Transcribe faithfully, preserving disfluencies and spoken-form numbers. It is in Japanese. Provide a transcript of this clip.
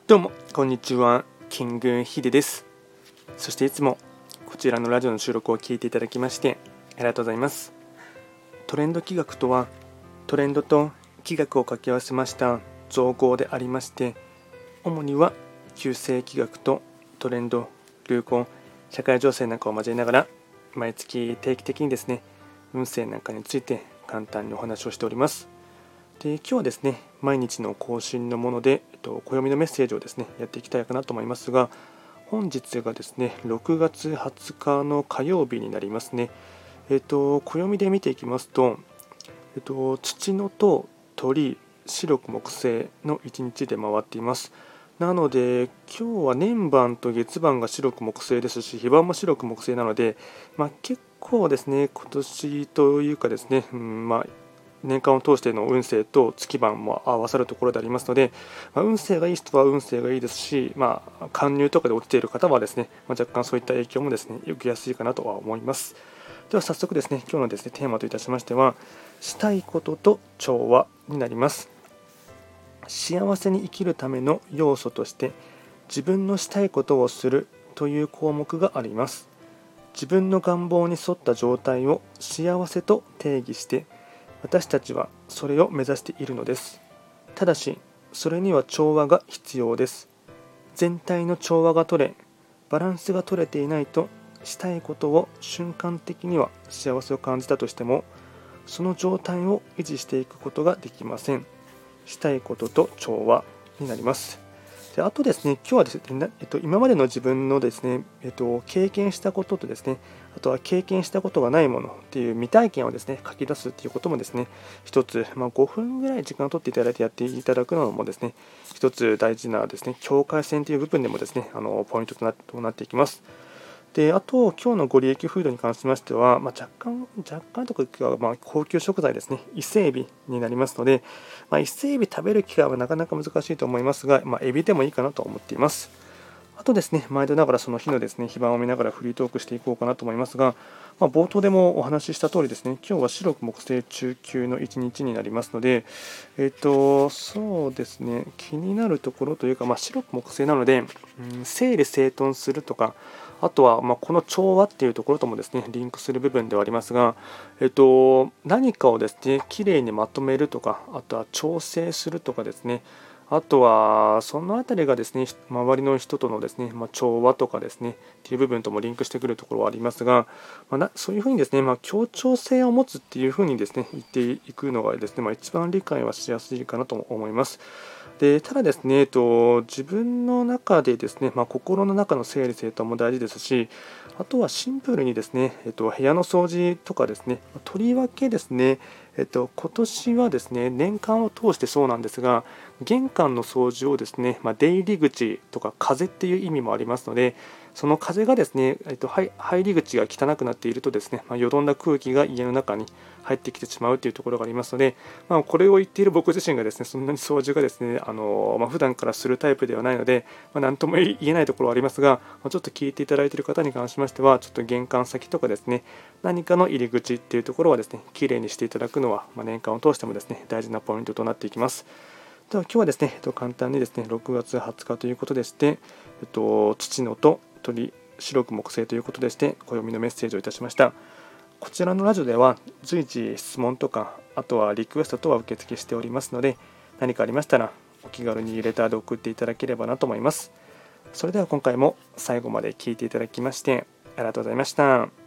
どうもこんにちは、キングヒデです。そしていつもこちらのラジオの収録を聞いていただきましてありがとうございます。トレンド企画とは、トレンドと企画を掛け合わせました造語でありまして、主には旧世企画とトレンド、流行、社会情勢なんかを交えながら毎月定期的にですね、運勢なんかについて簡単にお話をしております。で今日はですね、毎日の更新のもので、えっと、暦のメッセージをですねやっていきたいかなと思いますが、本日がですねろくがつはつかの火曜日になりますね。えっと暦で見ていきますと、えっと、土のと鳥、白く木星のいちにちで回っています。なので今日は年番と月番が白く木星ですし、日番も白く木星なので、まあ、結構ですね今年というかですね、うんまあ年間を通しての運勢と月番も合わさるところでありますので、まあ、運勢がいい人は運勢がいいですし、まあ、貫入とかで落ちている方はですね、まあ、若干そういった影響もですね受けやすいかなとは思います。では早速ですね、今日のですねテーマといたしましては、したいことと調和になります。幸せに生きるための要素として、自分のしたいことをするという項目があります。自分の願望に沿った状態を幸せと定義して、私たちはそれを目指しているのです。ただし、それには調和が必要です。全体の調和が取れ、バランスが取れていないと、したいことを瞬間的には幸せを感じたとしても、その状態を維持していくことができません。したいことと調和になります。であとですね、今日はですね、えっと、今までの自分のですね、えっと、経験したこととですね、あとは経験したことがないものっていう未体験をですね、書き出すっていうこともですね、一つ、まあ、ごふんぐらい時間を取っていただいてやっていただくのもですね、一つ大事なですね、境界線という部分でもですね、あのポイントとなとなっていきます。であと、今日のご利益フードに関しましては、まあ、若干、若干とかは、まあ、高級食材ですね、伊勢エビになりますので、まあ、伊勢エビ食べる機会はなかなか難しいと思いますが、まあ、エビでもいいかなと思っています。あとですね、毎度ながらその日のですね、非番を見ながらフリートークしていこうかなと思いますが、まあ、冒頭でもお話しした通りですね、今日は白く木星中級のいちにちになりますので、えっと、そうですね、気になるところというか、まあ、白く木星なので、うん、整理整頓するとか、あとはまあこの調和っていうところともですねリンクする部分ではありますが、えっと、何かをですねきれいにまとめるとか、あとは調整するとかですね、あとはそのあたりがですね周りの人とのですね、まあ、調和とかですねっていう部分ともリンクしてくるところはありますが、まあ、なそういうふうにですね、まあ、協調性を持つっていうふうにですね言っていくのがですね、まあ、一番理解はしやすいかなと思います。でただですね、えっと、自分の中でですね、まあ、心の中の整理整頓も大事ですし、あとはシンプルにですね、えっと、部屋の掃除とかですね、とりわけですね、えっと、今年はですね、年間を通してそうなんですが、玄関の掃除をですね、まあ、出入り口とか風っていう意味もありますので、その風がですね、えっと、入り口が汚くなっているとですね、まあ、よどんだ空気が家の中に入ってきてしまうというところがありますので、まあ、これを言っている僕自身がですね、そんなに掃除がですね、あのまあ、普段からするタイプではないので、まあ、何とも言えないところはありますが、まあ、ちょっと聞いていただいている方に関しましては、ちょっと玄関先とかですね、何かの入り口っていうところはですね、きれいにしていただくのは、まあ、年間を通してもですね、大事なポイントとなっていきます。では今日はですね、えっと、簡単にですね、ろくがつはつかということでして、えっと、父のと鳥、白く木星ということでして、暦のメッセージをいたしました。こちらのラジオでは随時質問とか、あとはリクエストとは受付しておりますので、何かありましたらお気軽にレターで送っていただければなと思います。それでは今回も最後まで聞いていただきましてありがとうございました。